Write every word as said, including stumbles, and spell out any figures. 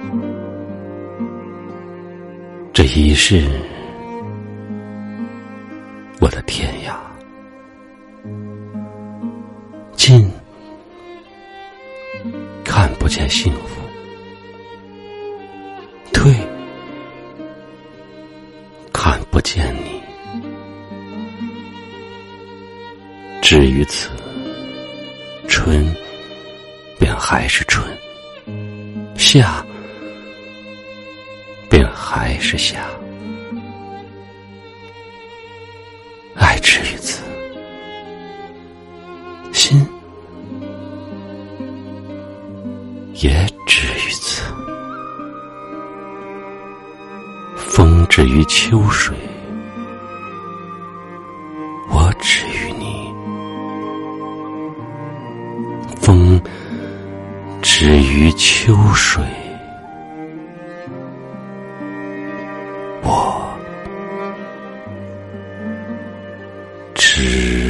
这已是我的天涯，近看不见幸福，退看不见你。至于此，春便还是春，夏便还是夏。爱止于此，心也止于此。风止于秋水，我止于你。风止于秋水，我止